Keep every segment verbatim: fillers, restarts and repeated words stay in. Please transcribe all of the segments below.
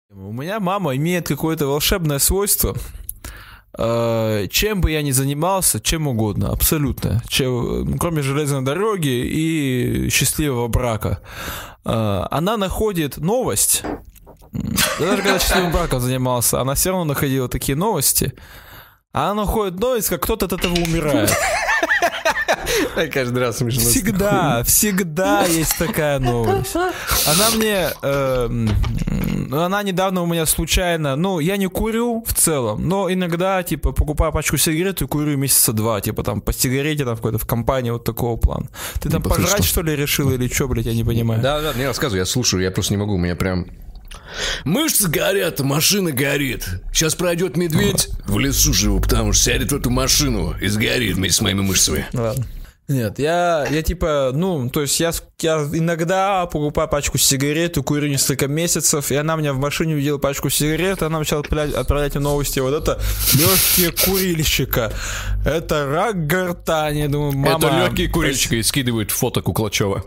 У меня мама имеет какое-то волшебное свойство. Чем бы я ни занимался, чем угодно, абсолютно, чем, кроме железной дороги и счастливого брака, она находит новость. Даже когда счастливым браком занимался, она все равно находила такие новости. А она находит новость, как кто-то от этого умирает. Каждый раз смешно. Всегда, всегда есть такая новость. Она мне, э, она недавно у меня случайно, ну, я не курю в целом, но иногда, типа, покупаю пачку сигарет и курю месяца два, типа, там, по сигарете, там, в какой-то в компании вот такого плана. Ты там ну, пожрать, что ли, решил или что, блядь, я не понимаю. Да, да, не рассказывай, я слушаю, я просто не могу, у меня прям... Мышцы горят, машина горит. Сейчас пройдет медведь, в лесу живу, потому что сядет в эту машину и сгорит вместе с моими мышцами. Ладно. Нет, я, я типа, ну, то есть я, я иногда покупаю пачку сигарет и курю несколько месяцев, и она меня в машине видела пачку сигарет, и она начала отправлять, отправлять мне новости. Вот это легкие курильщика, это рак гортани. Думаю, мама... Это легкие курильщика, и скидывают фото Куклачева.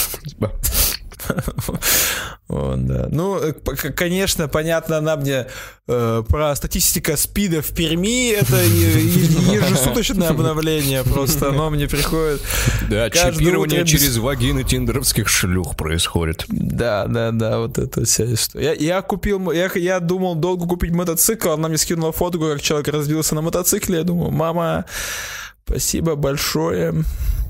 О, да. Ну, конечно, понятно, она мне э, про статистика СПИДа в Перми, это ежесуточное обновление, просто оно мне приходит. Да, чипирование через вагины тиндеровских шлюх происходит. Да, да, да, вот это вся история. Я, я купил, я, я думал долго купить мотоцикл, она мне скинула фотку, как человек разбился на мотоцикле, я думаю, мама, спасибо большое.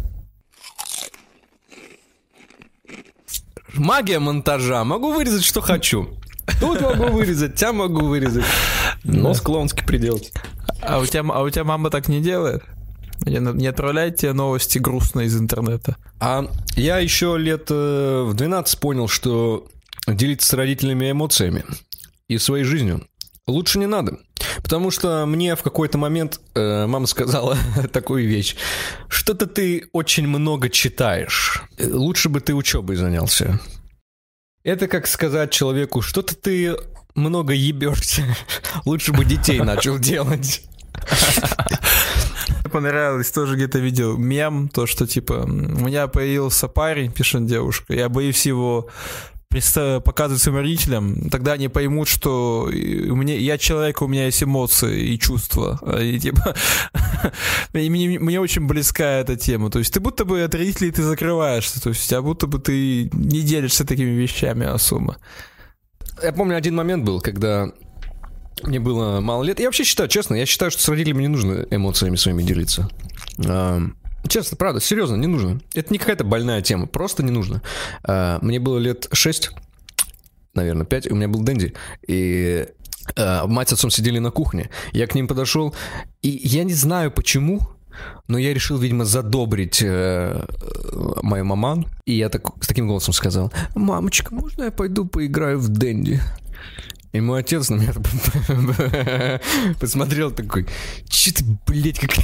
Магия монтажа. Могу вырезать, что хочу. Тут могу вырезать, тебя могу вырезать. Нос клоунский приделать. А у тебя, а у тебя мама так не делает? Не отправляет тебе новости грустные из интернета? А я еще лет в двенадцать понял, что делиться с родителями эмоциями и своей жизнью лучше не надо. Потому что мне в какой-то момент э, мама сказала такую вещь. Что-то ты очень много читаешь. Лучше бы ты учебой занялся. Это как сказать человеку, что-то ты много ебешься. Лучше бы детей начал делать. Мне понравилось, тоже где-то видел мем, то, что типа у меня появился парень, пишет девушка, я боюсь его показывать своим родителям, тогда они поймут, что у меня, я человек, у меня есть эмоции и чувства. И, типа, мне, мне очень близка эта тема. То есть ты будто бы от родителей ты закрываешься, то есть а будто бы ты не делишься такими вещами особо. Я помню, один момент был, когда мне было мало лет. Я вообще считаю, честно, я считаю, что с родителями не нужно эмоциями своими делиться. Честно, правда, серьезно, не нужно. Это не какая-то больная тема, просто не нужно. Мне было лет шесть, наверное, пять, у меня был Дэнди, и мать с отцом сидели на кухне. Я к ним подошел, и я не знаю почему, но я решил, видимо, задобрить мою маман. И я так, с таким голосом сказал: мамочка, можно я пойду поиграю в Дэнди? И мой отец на меня посмотрел такой: че ты, блядь, как...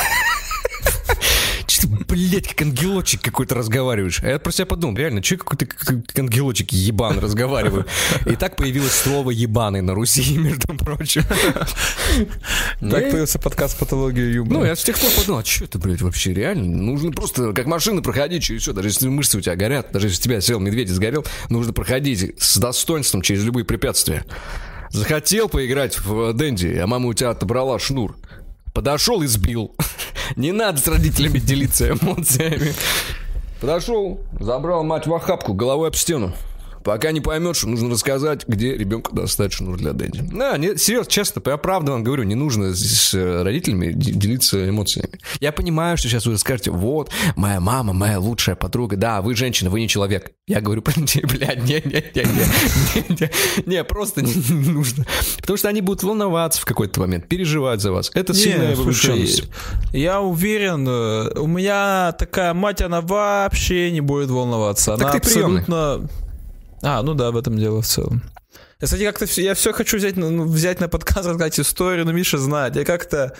Че ты, блядь, как ангелочек какой-то разговариваешь? А я про себя подумал, реально, че какой-то как ангелочек ебан разговариваю? И так появилось слово ебаный на Руси, между прочим. Так появился подкаст «Патология юмора». Ну, я с тех пор подумал, а что это, блядь, вообще реально? Нужно просто как машина проходить, и все, даже если мышцы у тебя горят, даже если у тебя сел медведь и сгорел, нужно проходить с достоинством через любые препятствия. Захотел поиграть в Дэнди, а мама у тебя отобрала шнур. Подошел и сбил. Не надо с родителями делиться эмоциями. Подошел, забрал мать в охапку, головой об стену. Пока не поймешь, нужно рассказать, где ребенку достать шнур для Дэнди. Да, не, серьезно, честно, я правда вам говорю, не нужно с родителями делиться эмоциями. Я понимаю, что сейчас вы скажете: вот, моя мама, моя лучшая подруга. Да, вы женщина, вы не человек. Я говорю, блядь, не-не-не-не-не. Не, просто не нужно. Потому что они будут волноваться в какой-то момент, переживать за вас. Это сильная вовлеченность. Я уверен, у меня такая мать, она вообще не будет волноваться. Она абсолютно... А, ну да, в этом дело в целом. Я, кстати, как-то все, я все хочу взять, ну, взять на подкаст, рассказать историю, но Миша знает. Я как-то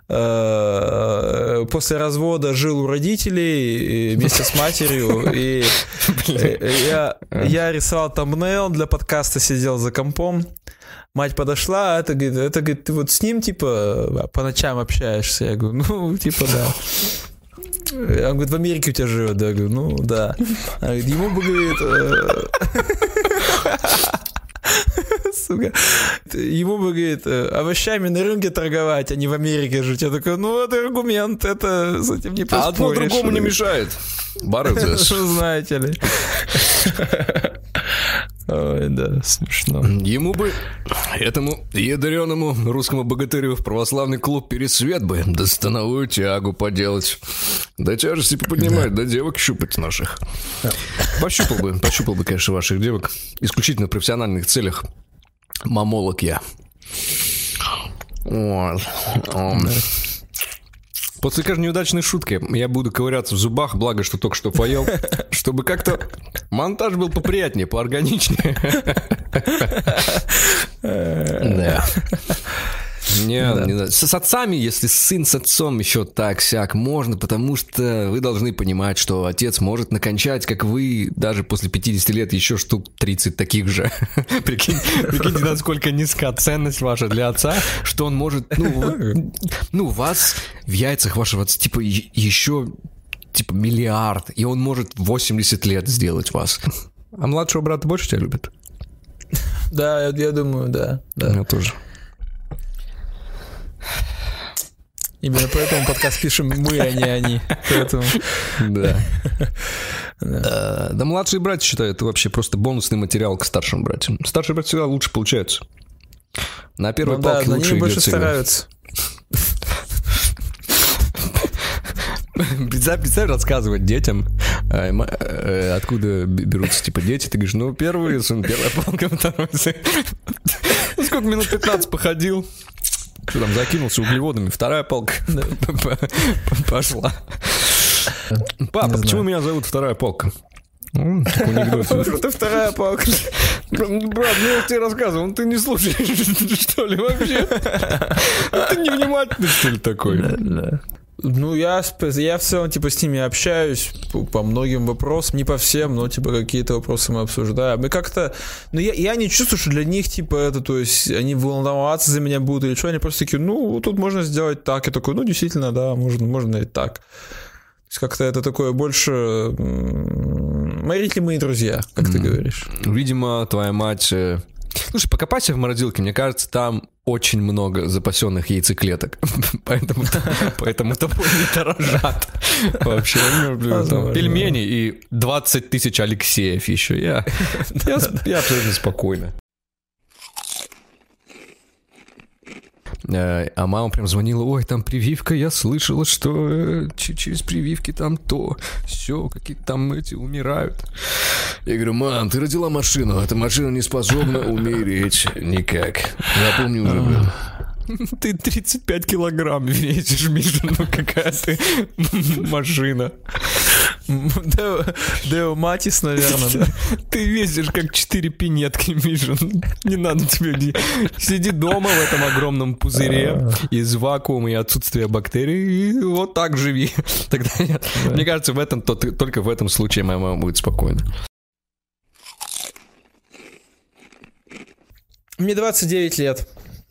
э, после развода жил у родителей вместе с матерью, и я, я рисовал тамбнейл для подкаста, сидел за компом. Мать подошла, а это говорит, это, говорит, ты вот с ним, типа, по ночам общаешься? Я говорю, ну, типа, да. Он говорит, в Америке у тебя живет, да? Я говорю, ну, да. Она говорит, ему бы, говорит... сука. Ему бы, говорит, овощами на рынке торговать, а не в Америке жить. Я такой, ну, это аргумент, это с этим не поспоришь. А одно другому не мешает. Бороться. Что знаете ли. Ой, да, смешно. Ему бы, этому ядреному русскому богатырю в православный клуб «Пересвет» бы да становую тягу поделать. Да тяжести поднимать, да девок щупать наших. Пощупал бы, пощупал бы, конечно, ваших девок. Исключительно в профессиональных целях. Мамолог я. Вот. После каждой неудачной шутки я буду ковыряться в зубах, благо, что только что поел, чтобы как-то монтаж был поприятнее, поорганичнее. Да. Нет, не надо. С отцами, если сын с отцом еще так-сяк, можно, потому что вы должны понимать, что отец может накончать, как вы, даже после пятидесяти лет еще штук тридцать таких же. Прикинь, прикиньте, насколько низка ценность ваша для отца, что он может, ну, ну, вас в яйцах вашего отца, типа, еще, типа, миллиард, и он может восемьдесят лет сделать вас. А младшего брата больше тебя любит? Да, я, я думаю, да, да. Я тоже. Именно поэтому подкаст пишем мы, а не они. Поэтому... Да. Да. Да, младшие братья считают, это вообще просто бонусный материал к старшим братьям. Старшие братья всегда лучше получаются. На первой ну, палке да, лучше идет больше всегда. Стараются. Представь, представь рассказывать детям, откуда берутся типа дети. Ты говоришь, ну первый сын, первая палка, второй сын. Сколько минут пятнадцать походил. Что там, закинулся углеводами, вторая палка пошла. Папа, почему меня зовут вторая палка? Такой анекдот. Что ты вторая палка? Брат, ну я тебе рассказывал, ну ты не слушаешь, что ли, вообще? Ты невнимательный, что ли, такой? Ну, я, я в целом, типа, с ними общаюсь по, по многим вопросам, не по всем, но, типа, какие-то вопросы мы обсуждаем. И как-то, ну, я, я не чувствую, что для них, типа, это, то есть, они волноваться за меня будут или что, они просто такие, ну, тут можно сделать так. Я такой, ну, действительно, да, можно, можно и так. То есть, как-то это такое больше... Мои родители мои друзья, как mm. ты говоришь. Видимо, твоя мать... Слушай, покопайся в морозилке, мне кажется, там очень много запасенных яйцеклеток. Поэтому поэтому тобой не дорожат. Вообще, там пельмени и двадцать тысяч Алексеев еще. Я, я, я абсолютно спокойно. А мама прям звонила, ой, там прививка, я слышала, что через прививки там то, все, какие-то там эти умирают. Я говорю, мам, ты родила машину, эта машина не способна умереть никак. Я помню уже был. Ты тридцать пять килограмм весишь, Миша, ну какая ты машина. Део Матис, наверное, да? Ты весишь как четыре пинетки, Миша. Не надо тебе... Сиди дома в этом огромном пузыре из вакуума и отсутствия бактерий, и вот так живи. Тогда я... Мне кажется, в этом, только в этом случае моя мама будет спокойна. Мне двадцать девять лет.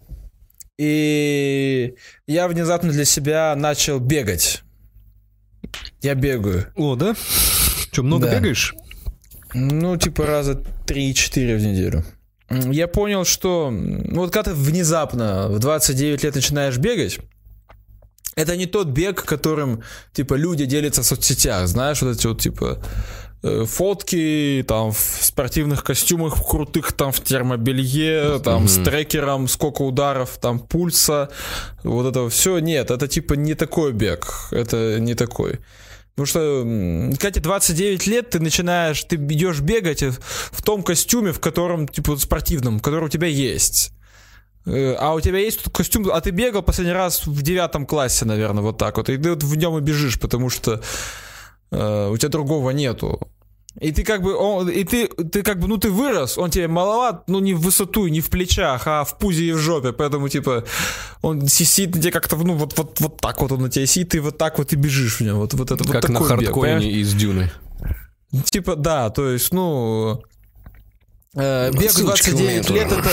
И я внезапно для себя начал бегать. Я бегаю. О, да? Что, много да. бегаешь? Ну, типа раза три-четыре в неделю. Я понял, что... Вот когда ты внезапно в двадцать девять лет начинаешь бегать, это не тот бег, которым, типа, люди делятся в соцсетях. Знаешь, вот эти вот, типа... фотки там в спортивных костюмах в крутых, там в термобелье, там mm-hmm. с трекером, сколько ударов, там пульса, вот это все. Нет, это типа не такой бег, это не такой. Потому что, когда тебе двадцать девять лет, ты начинаешь, ты идешь бегать в том костюме, в котором, типа, спортивном, который у тебя есть. А у тебя есть тут костюм, а ты бегал последний раз в девятом классе, наверное, вот так вот, и ты вот в нем и бежишь, потому что Uh, у тебя другого нету. И ты как бы, он, и ты, ты как бы, ну ты вырос, он тебе маловат, ну не в высоту, не в плечах, а в пузе и в жопе, поэтому типа он сидит на тебе как-то, ну вот, вот, вот так вот он на тебя сидит, и вот так вот и бежишь в нем, вот, вот это как вот на хардкоине из Дюны. Типа да, то есть, ну э, бег в двадцать девять лет это...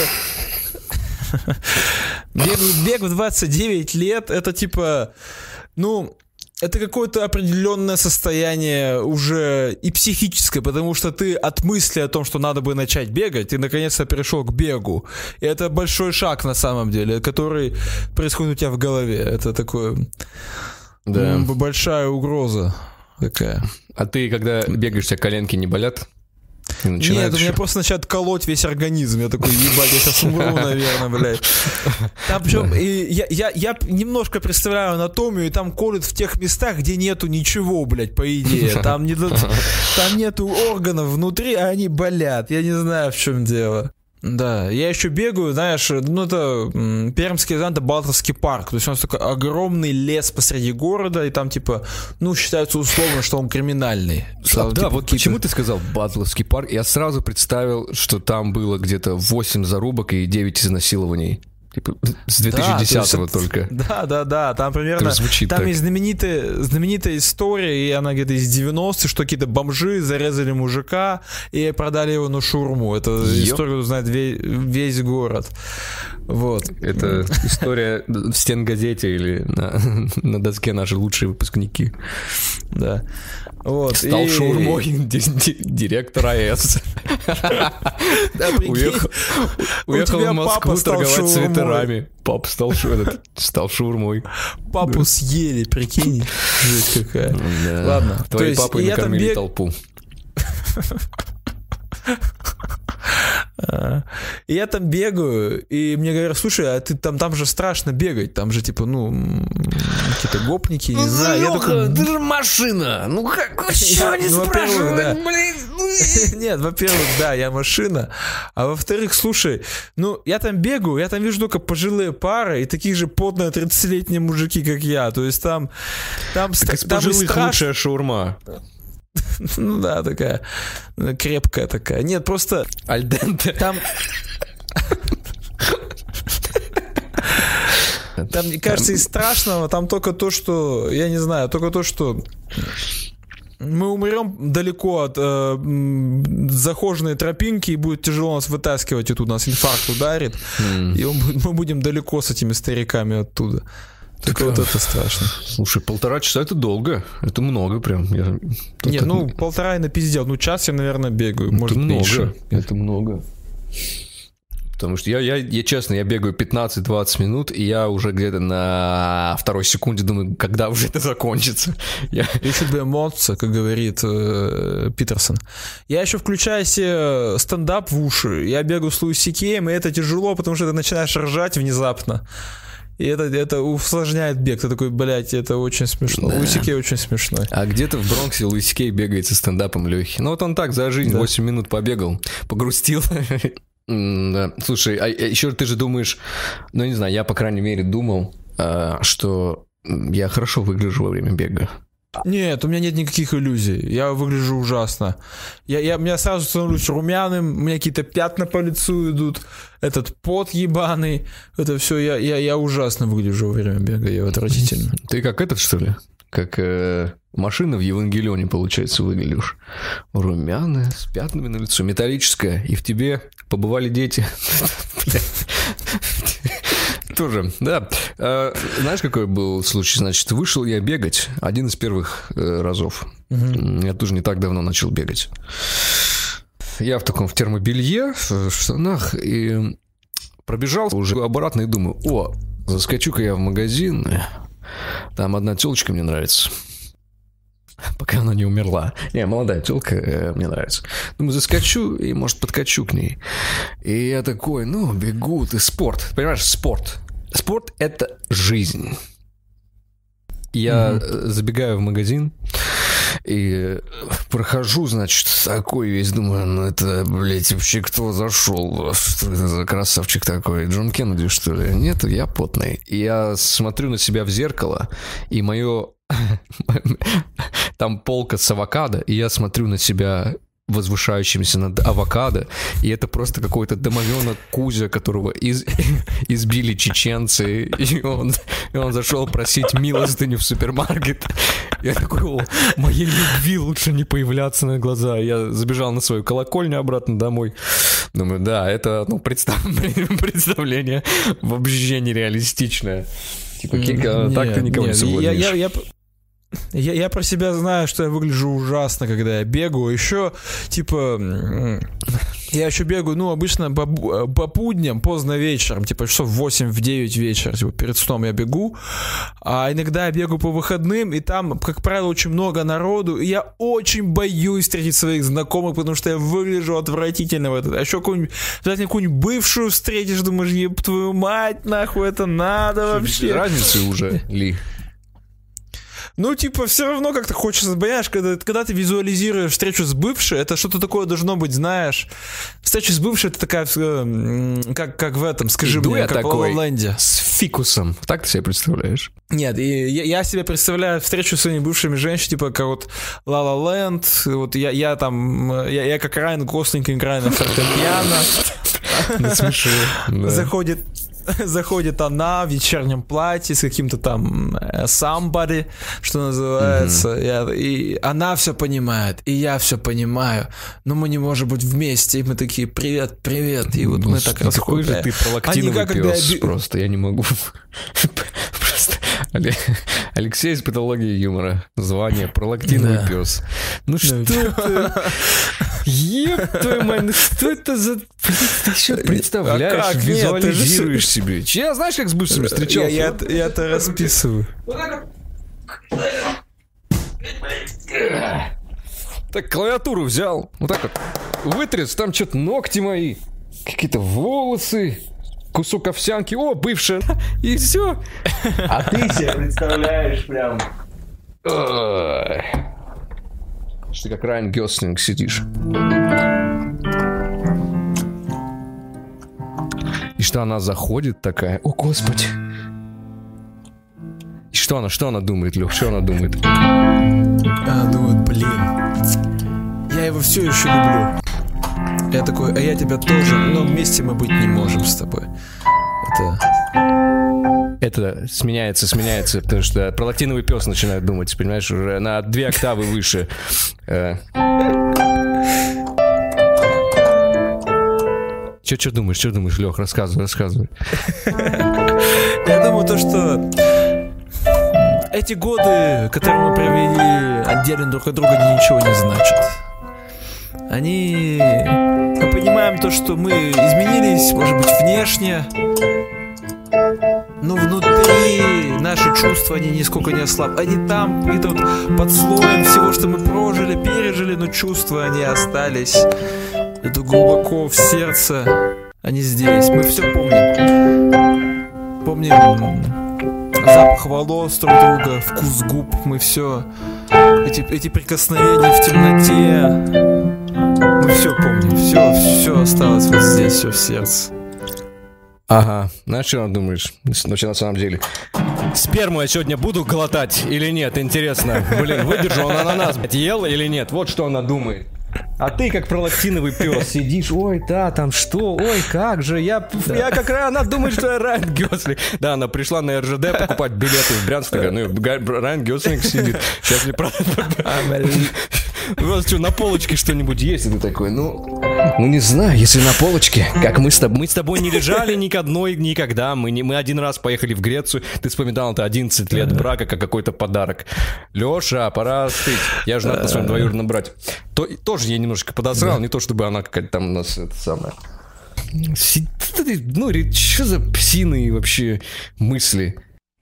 бег, бег в двадцать девять лет это типа, ну... это какое-то определенное состояние уже и психическое, потому что ты от мысли о том, что надо бы начать бегать, ты наконец-то перешел к бегу. И это большой шаг на самом деле, который происходит у тебя в голове. Это такое... Да. Большая угроза такая. А ты, когда бегаешь, у тебя коленки не болят? Нет, у меня просто начинает колоть весь организм. Я такой, ебать, я сейчас умру, наверное, блядь. Там причем, да. и я, я, я немножко представляю анатомию, и там колют в тех местах, где нету ничего, блядь, по идее. Там, не, там нету органов внутри, а они болят. Я не знаю, в чем дело. Да, я еще бегаю, знаешь, ну это м, Пермский район, это Балтовский парк, то есть у нас такой огромный лес посреди города, и там типа, ну считается условно, что он криминальный. А, да, типа, вот почему ты сказал Балтовский парк, я сразу представил, что там было где-то восемь зарубок и девять изнасилований. Типа, с две тысячи десятого да, то только. Да, да, да. Там примерно. Там так. есть знаменитая, знаменитая история, и она где-то из девяностых, что какие-то бомжи зарезали мужика и продали его на шаурму. Это Ёп. историю знает весь, весь город. Вот. Это история в стенгазете или на, на доске наши лучшие выпускники. Да. Вот. Стал и... шаурмой директор АЭС. Уехал в Москву торговать цветами. Папа стал стал шаурмой. Папу съели, прикинь. Жесть какая. Ладно. Твои папы накормили толпу. И я там бегаю, и мне говорят, слушай, а ты там, там же страшно бегать, там же типа, ну, какие-то гопники, не ну, знаю. Леха, я такой, ты же машина, ну как, что не ну, спрашивать, да. блин? Нет, во-первых, да, я машина, а во-вторых, слушай, ну, я там бегаю, я там вижу только пожилые пары и такие же потные тридцатилетние мужики, как я, то есть там... Там, так из пожилых лучшая шаурма. Ну да, такая крепкая такая. Нет, просто альденте. Там Там, мне кажется, из страшного там только то, что я не знаю, только то, что мы умрем далеко от э, захоженной тропинки, и будет тяжело нас вытаскивать, и тут нас инфаркт ударит, mm. и он, мы будем далеко с этими стариками оттуда. Так вот это страшно. Слушай, полтора часа это долго. Это много прям. Я... Нет, это... ну полтора я напиздел. Ну час я, наверное, бегаю. Это может, много. Меньше. Это много. Потому что я, я, я, честно, я бегаю пятнадцать-двадцать минут, и я уже где-то на второй секунде думаю, когда уже это закончится. Я... Еще бы эмоция, как говорит э, Питерсон. Я еще включаю себе стендап в уши. Я бегаю с Луиси Кеем, и это тяжело, потому что ты начинаешь ржать внезапно. И это, это усложняет бег. Ты такой, блядь, это очень смешно. Да. Луиси Кей очень смешной. А где-то в Бронксе Луиси Кей бегает со стендапом Лехи. Ну вот он так за жизнь да. восемь минут побегал, погрустил. Да. Слушай, а еще ты же думаешь, ну не знаю, я по крайней мере думал, что я хорошо выгляжу во время бега. Нет, у меня нет никаких иллюзий. Я выгляжу ужасно. Я, я, я сразу становлюсь румяным, у меня какие-то пятна по лицу идут, этот пот ебаный. Это все, я, я, я ужасно выгляжу во время бега, я отвратительно. Ты как этот, что ли? Как э, машина в Евангелионе, получается, выглядишь. Румяная, с пятнами на лицо, металлическая, и в тебе побывали дети. Тоже, да. А, знаешь, какой был случай? Значит, вышел я бегать один из первых э, разов. Угу. Я тоже не так давно начал бегать. Я в таком в термобелье, в штанах, и пробежал уже обратно и думаю, о, заскочу-ка я в магазин, там одна тёлочка мне нравится. Пока она не умерла. Не, молодая тёлка э, мне нравится. Думаю, заскочу и, может, подкачу к ней. И я такой, ну, бегу, ты спорт. Понимаешь, спорт. Спорт — это жизнь. Я mm-hmm. забегаю в магазин и прохожу, значит, такой весь, думаю, ну это, блядь, вообще кто зашел? Что это за красавчик такой? Джон Кеннеди, что ли? Нет, я потный. И я смотрю на себя в зеркало, и мое... Там полка с авокадо, и я смотрю на себя возвышающимся над авокадо, и это просто какой-то домовенок Кузя, которого из, избили чеченцы, и он, и он зашел просить милостыню в супермаркет. Я такой, о, моей любви лучше не появляться на глаза. Я забежал на свою колокольню обратно домой. Думаю, да, это ну, представ... представление вообще нереалистичное. Типа, нет, так ты никого нет, не соблазнишь. Я, я, я... Я, я про себя знаю, что я выгляжу ужасно, когда я бегаю. Еще, типа, я еще бегаю, ну, обычно по, по будням, поздно вечером, типа, часов в восемь девять вечера, типа, перед сном я бегу. А иногда я бегаю по выходным, и там, как правило, очень много народу, и я очень боюсь встретить своих знакомых, потому что я выгляжу отвратительно в этот. А еще какую-нибудь, какую-нибудь бывшую встретишь, думаешь, еб твою мать, нахуй это надо вообще. Разницы уже ли? Ну, типа, все равно как-то хочется, понимаешь, когда, когда ты визуализируешь встречу с бывшей, это что-то такое должно быть, знаешь. Встреча с бывшей, это такая, как, как в этом, скажи Иду мне, я как такой, в Лоланде. с фикусом. Так ты себе представляешь? Нет, и я, я себе представляю встречу с своими бывшими женщинами, типа, как вот La La Land, вот я, я там, я, я как Райан Гослинг играю на фортепиано. Заходит... Заходит она в вечернем платье с каким-то там somebody, что называется, mm-hmm. и, и она все понимает, и я все понимаю, но мы не можем быть вместе, и мы такие, привет, привет, и вот ну, мы так расходим. Какой же ты пролактиновый а пес, я... просто, я не могу. Просто Алексей из патологии юмора, звание пролактиновый да. пес. Ну что это? Еб твою мать, ну что это за... Ты еще представляешь, а визуализируешь себе. Я знаешь, как с бывшими встречался? Я, я, я это расписываю. Так, клавиатуру взял. Вот так вот. Вытряс, там что-то ногти мои. Какие-то волосы. Кусок овсянки. О, бывшая. И все. А ты себе представляешь прям... Что ты как Райан Гослинг сидишь. И что она заходит такая, о господи. И что она, что она думает, Лёх, что она думает? Она думает, блин, я его все еще люблю. Я такой, а я тебя тоже, но вместе мы быть не можем с тобой. Это... Это сменяется, сменяется, потому что пролактиновый пес начинает думать, понимаешь, уже на две октавы выше. Че, что думаешь, что думаешь, Лех, рассказывай, рассказывай. Я думаю, то, что эти годы, которые мы провели отдельно друг от друга, они ничего не значат. Они... Мы понимаем то, что мы изменились, может быть, внешне, но внутри наши чувства, они нисколько не ослабли. Они там, где-то вот под слоем всего, что мы прожили, пережили, но чувства, они остались. Это глубоко в сердце. Они здесь. Мы все помним. Помним запах волос друг друга, вкус губ. Мы все... Эти, эти прикосновения в темноте. Мы все помним. Все, все осталось вот здесь, все в сердце. Ага, знаешь, что думаешь? Вообще, на самом деле, сперму я сегодня буду глотать или нет? Интересно. Блин, выдержу он ананас, блядь, ел или нет? Вот что она думает. А ты, как пролактиновый пес, сидишь, ой, да, там что, ой, как же, я, да. я как раз, она думает, что я Райан Гослинг. Да, она пришла на эр жэ дэ покупать билеты в Брянск, такая, ну, Райан Гослинг сидит, сейчас мне правда... У вас что, на полочке что-нибудь есть? И ты такой, ну... Ну, не знаю, если на полочке. Как мы с тобой... Мы с тобой не лежали ни к одной, никогда. Мы, не, мы один раз поехали в Грецию. Ты вспоминал, это одиннадцать лет брака, как какой-то подарок. Леша, пора остыть. Я женат на своем двоюродном брате. То, тоже я немножечко подосрал. Не то, чтобы она какая-то там у нас... Это самое... Ну, что за псиные вообще мысли?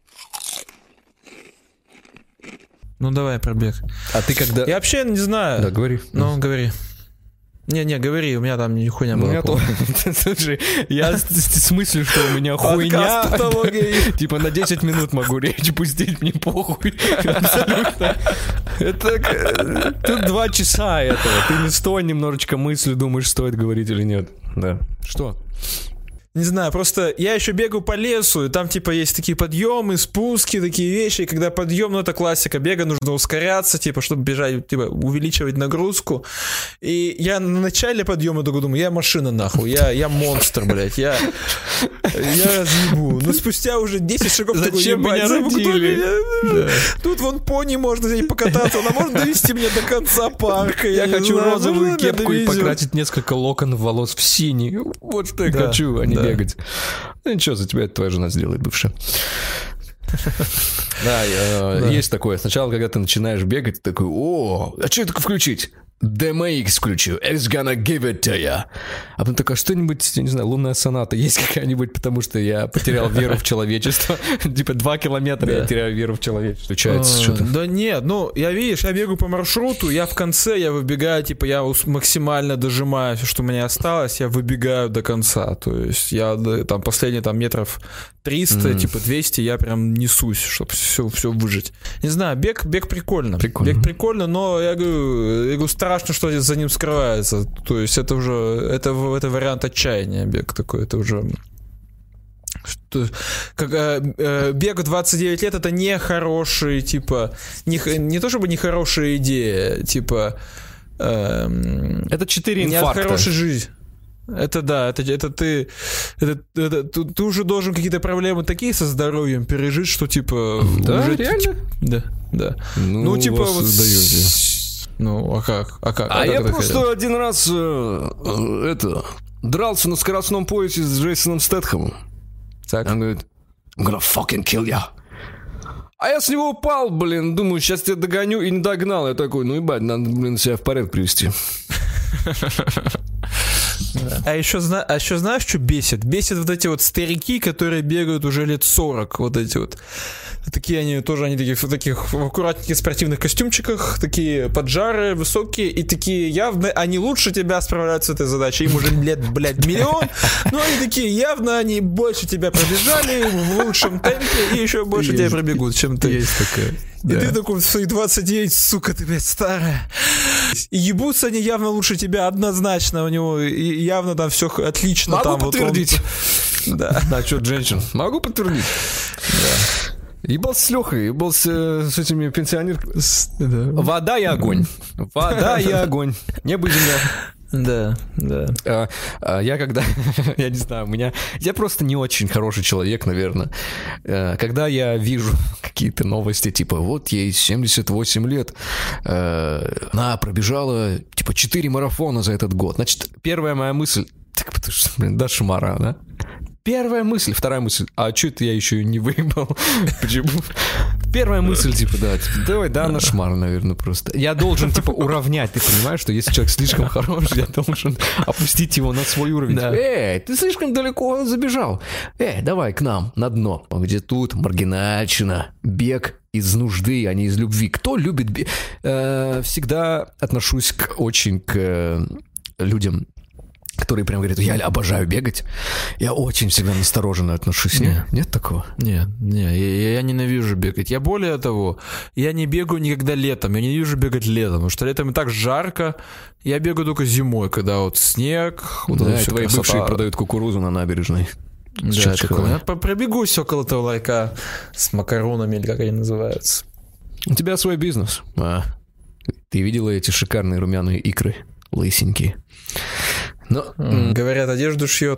Ну, давай, пробег. А ты когда... Я вообще не знаю. Да, говори. Ну, говори. Не-не, говори, у меня там нихуя было. У меня тоже. Слушай, я с мыслью, что у меня хуйня. Типа на десять минут могу речь пустить, мне похуй. Абсолютно. Это... Тут два часа этого. Ты не стой немножечко мыслью, думаешь, стоит говорить или нет. Да. Что? Не знаю, просто я еще бегаю по лесу, и там типа есть такие подъемы, спуски, такие вещи, и когда подъем, ну это классика, бега нужно ускоряться, типа, чтобы бежать, типа, увеличивать нагрузку. И я на начале подъема думаю, я машина нахуй, я, я монстр, блядь, я, я разъебу. Но спустя уже десять шагов такой, зачем меня родили? Тут вон пони можно здесь покататься, она может довести меня до конца парка. Я хочу розовую кепку и покрасить несколько локонов волос в синий. Вот что я хочу, а не бегать. Ну ничего, за тебя это твоя жена сделает, бывшая. Да, есть такое. Сначала, когда ты начинаешь бегать, ты такой, о, а что это включить? ди эм икс включу. It's gonna give it to you. А потом такая, что-нибудь, я не знаю, лунная соната есть какая-нибудь, потому что я потерял веру в человечество. Типа два километра я теряю веру в человечество. Случается что-то. Да нет, ну, я, видишь, я бегаю по маршруту, я в конце, я выбегаю, типа, я максимально дожимаю все, что у меня осталось, я выбегаю до конца. То есть я там последние там метров триста, типа двести, я прям несусь, чтобы все, все выжить. Не знаю, бег, бег прикольно. Прикольно. Бег прикольно, но я говорю, я говорю, страшно, что за ним скрывается. То есть это уже, это, это вариант отчаяния, бег такой, это уже... Что, как, э, э, бег в двадцать девять лет — это не хороший, типа, не, не то чтобы не хорошая идея, типа... Э, это четыре инфаркта. Не от хорошей жизни. Это да, это, это ты это, это, ты, ты уже должен какие-то проблемы такие со здоровьем пережить, что типа... Да, уже, реально? Типа, да, да. Ну, ну типа вот... Ну, а как? А, как? а, а я как просто хотел? один раз э, э, это дрался на скоростном поясе с Джейсоном Стэтхэмом. Так. Он говорит, I'm gonna fucking kill ya. А я с него упал, блин, думаю, сейчас тебя догоню, и не догнал. Я такой, ну ебать, надо, блин, себя в порядок привести. А еще, а еще знаешь, что бесит? Бесит вот эти вот старики, которые бегают уже лет сорок, вот эти вот. Такие они тоже, они такие, в таких в аккуратненьких спортивных костюмчиках, такие поджарые, высокие, и такие явно, они лучше тебя справляются с этой задачей, им уже лет, блядь, миллион, но они такие, явно они больше тебя пробежали в лучшем темпе и еще больше есть, тебя пробегут, чем ты. Есть такая. И да. Ты такой в свои двадцать девять, сука, ты, блядь, старая. И ебутся они явно лучше тебя, однозначно, у него явно там все отлично. Могу там, подтвердить. Вот он... Да. Да, что, женщин, могу подтвердить. Да. Ебался с Лехой, ебался с этими пенсионерками. Да. Вода и огонь. Вода и огонь. Небо и земля. Да, да. А, а я когда, я не знаю, у меня, я просто не очень хороший человек, наверное. А, когда я вижу какие-то новости, типа, вот ей семьдесят восемь лет, а, она пробежала, типа, четыре марафона за этот год. Значит, первая моя мысль, так, потому что, блин, да, шмара, да? Первая мысль, вторая мысль, а что это я еще и не выебал? Почему? Первая мысль, типа, да, типа, давай, да, на шмар, наверное, просто. Я должен, типа, уравнять, ты понимаешь, что если человек слишком хорош, я должен опустить его на свой уровень. Да. Эй, ты слишком далеко забежал. Эй, давай к нам, на дно. Где тут маргинальщина, бег из нужды, а не из любви. Кто любит бег? Э, всегда отношусь к, очень к э, людям, которые прям говорят, я обожаю бегать. Я очень всегда настороженно отношусь. Нет, нет такого? Нет, нет, я, я ненавижу бегать. Я более того, я не бегаю никогда летом. Я ненавижу бегать летом, потому что летом и так жарко. Я бегаю только зимой, когда вот снег. Вот да, и твои красота. Бывшие продают кукурузу на набережной. Да, такое. Я пробегусь около того лайка с макаронами, или как они называются. У тебя свой бизнес. А, ты видела эти шикарные румяные икры? Лысенькие. Но, м- говорят, одежду шьет.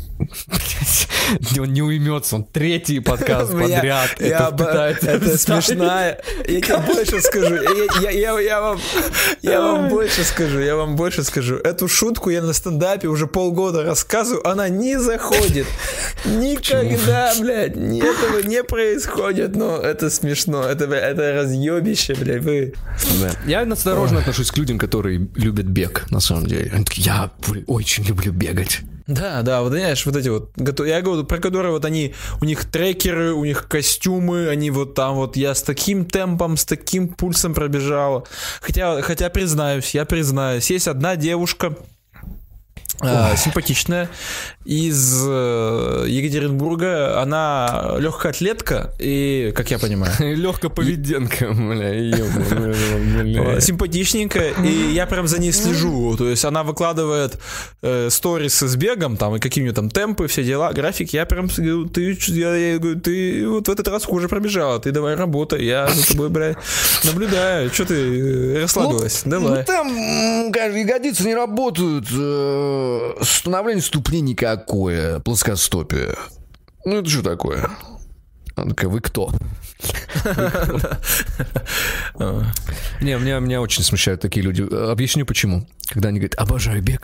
Он не уймется, он третий подкаст подряд. Я, это я пытается это смешная. Я тебе больше скажу. Я, я, я, я, вам, я вам больше скажу. Я вам больше скажу. Эту шутку я на стендапе уже полгода рассказываю. Она не заходит. Никогда, блядь, этого не происходит. Но это смешно. Это, это разъебище, блядь. Вы. Да. Я осторожно отношусь к людям, которые любят бег, на самом деле. Они такие, я очень люблю бегать. Да, да, вот знаешь, вот эти вот, я говорю, про которые вот они, у них трекеры, у них костюмы, они вот там вот, я с таким темпом, с таким пульсом пробежала. Хотя, хотя признаюсь, я признаюсь, есть одна девушка, э, симпатичная, из э, Екатеринбурга, она легкая атлетка, и, как я понимаю... Легкоповеденка, бля, симпатичненькая, и я прям за ней слежу, то есть она выкладывает э, сторисы с бегом, там, и какие у нее там темпы, все дела, график, я прям говорю, ты, я, я говорю, ты вот в этот раз хуже пробежала, ты давай работай, я за тобой, бля, наблюдаю, что ты расслабилась, ну, давай. Ну, там, конечно, ягодицы не работают, э, становление ступней никак. Какое плоскостопие? Ну, это что такое? Она такая, вы кто? Не, меня, меня очень смущают такие люди. Объясню почему. Когда они говорят, обожаю бег,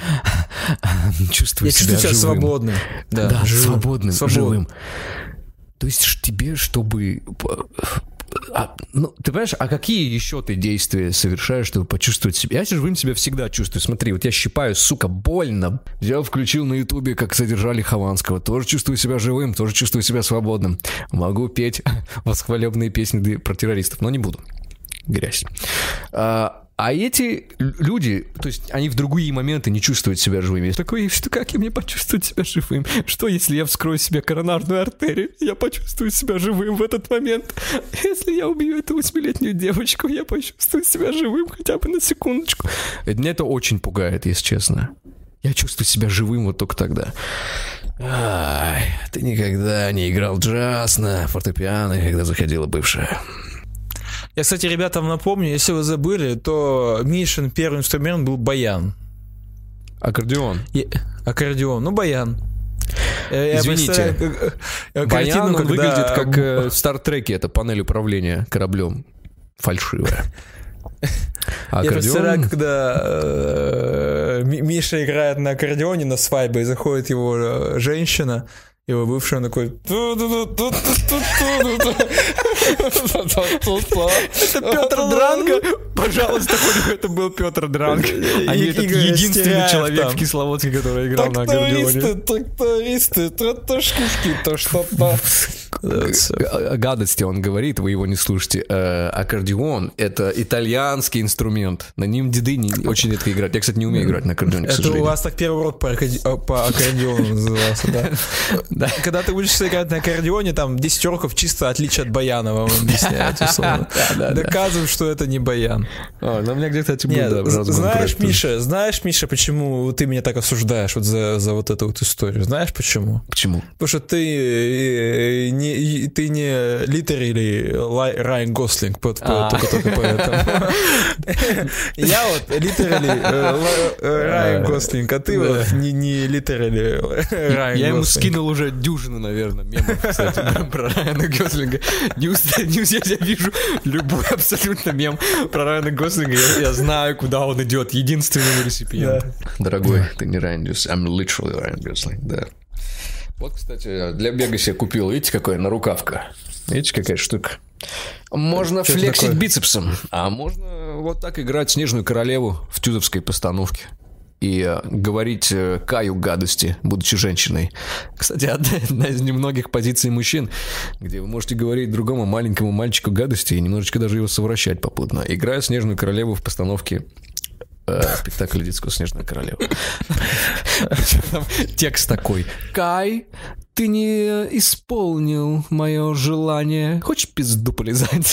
чувствую себя живым. Свободным. Да, свободным, живым. То есть тебе, чтобы... А, ну, ты понимаешь, а какие еще ты действия совершаешь, чтобы почувствовать себя? Я живым себя всегда чувствую. Смотри, вот я щипаю, сука, больно. Взял, включил на ютубе, как содержали Хованского. Тоже чувствую себя живым, тоже чувствую себя свободным. Могу петь восхвалебные песни про террористов, но не буду. Грязь. А, а эти люди, то есть они в другие моменты не чувствуют себя живыми. Такой, что как я мне почувствовать себя живым? Что, если я вскрою себе коронарную артерию? Я почувствую себя живым в этот момент. Если я убью эту восьмилетнюю девочку, я почувствую себя живым хотя бы на секундочку. Меня это очень пугает, если честно. Я чувствую себя живым вот только тогда. Ай, ты никогда не играл джаз на фортепиано, когда заходила бывшая. Я, кстати, ребятам напомню, если вы забыли, то Мишин первый инструмент был баян. Аккордеон. И... Аккордеон, ну баян. Извините, я баян, он когда... выглядит как э, в Стартреке, это панель управления кораблем. Фальшивая. Я представляю, когда э, Миша играет на аккордеоне на свадьбе, и заходит его женщина, его бывший, он такой... Это Петр Дранко? Пожалуйста, хоть это был Петр Дранко. А не этот единственный человек в Кисловодске, который играл на аккордеоне. Трактористы, трактошки, то что-то. Гадости он говорит, вы его не слушайте. Аккордеон — это итальянский инструмент. На нем деды очень редко играют. Я, кстати, не умею играть на аккордеоне, к сожалению. Это у вас так первый урок по аккордеону назывался, да? Да. Когда ты учишься играть на аккордеоне, там десять уроков чисто отличие от баяна вам объясняют, условно. Доказывают, что это не баян. А, ну у меня где-то это было. Знаешь, Миша, знаешь, Миша, почему ты меня так осуждаешь вот за, за вот эту вот историю? Знаешь почему? Почему? Потому что ты не, ты не литерали Райан Гослинг, только поэтому. Я вот литерали Райан Гослинг, а ты вот не литерали Райан Гослинг. Я ему скинул уже дюжину, наверное, мемов, кстати, про Райана Гослинга. Ньюс, ньюс, я вижу любой абсолютно мем про Райана Гослинга, я, я знаю, куда он идет, единственный реципиент. Да. Дорогой, ты не Райан Гослинг, I'm literally Райан Гослинг, да. Вот, кстати, для бега себе купил, видите, какая нарукавка? Видите, какая штука? Можно что флексить бицепсом, а можно вот так играть Снежную Королеву в тюзовской постановке. И э, говорить э, Каю гадости, будучи женщиной. Кстати, одна из немногих позиций мужчин, где вы можете говорить другому маленькому мальчику гадости и немножечко даже его совращать попутно, играя Снежную Королеву в постановке э, спектакля детского «Снежная королева». Текст такой: Кай, ты не исполнил мое желание. Хочешь пизду полизать?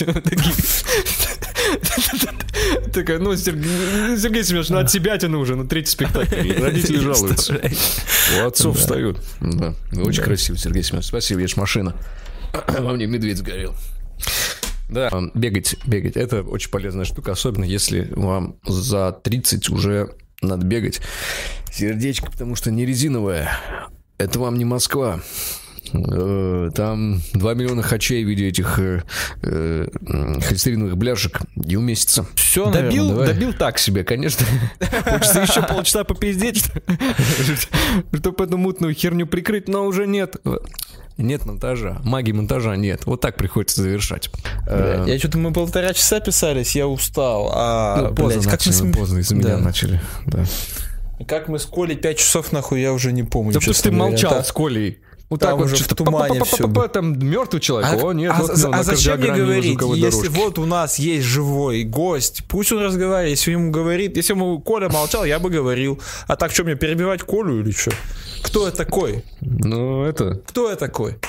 Такая, ну, Сергей, Сергей Семенович, ну от себя тяну уже, на третий спектакль. Родители жалуются. У отцов встают. Да. Очень красиво, Сергей Семенович. Спасибо, я ж машина. Во мне медведь сгорел. Да, бегать, бегать. Это очень полезная штука, особенно если вам за тридцать уже надо бегать. Сердечко, потому что не резиновое. Это вам не Москва. Там два миллиона хачей в виде этих э, э, холестериновых бляшек не уместится. Все, добил, наверное, добил так себе, конечно. Хочется еще полчаса попиздеть, чтобы эту мутную херню прикрыть, но уже нет. Нет монтажа, магии монтажа нет. Вот так приходится завершать. Бля, я что-то мы полтора часа писались, я устал. А, ну, поздно, блядь, начали, как мы... поздно из-за меня да. начали. Да. Как мы с Колей пять часов, нахуй, я уже не помню. Да потому что ты молчал это... с Колей. Вот там так вот уже в тумане все. Там мертвый человек. А, О, нет, а, вот, а, ну, а зачем мне говорить, если дорожки. Вот у нас есть живой гость, пусть он разговаривает, если ему говорит, если ему Коля молчал, я бы говорил. А так что, мне перебивать Колю или что? Кто я такой? Ну, это... Кто я такой?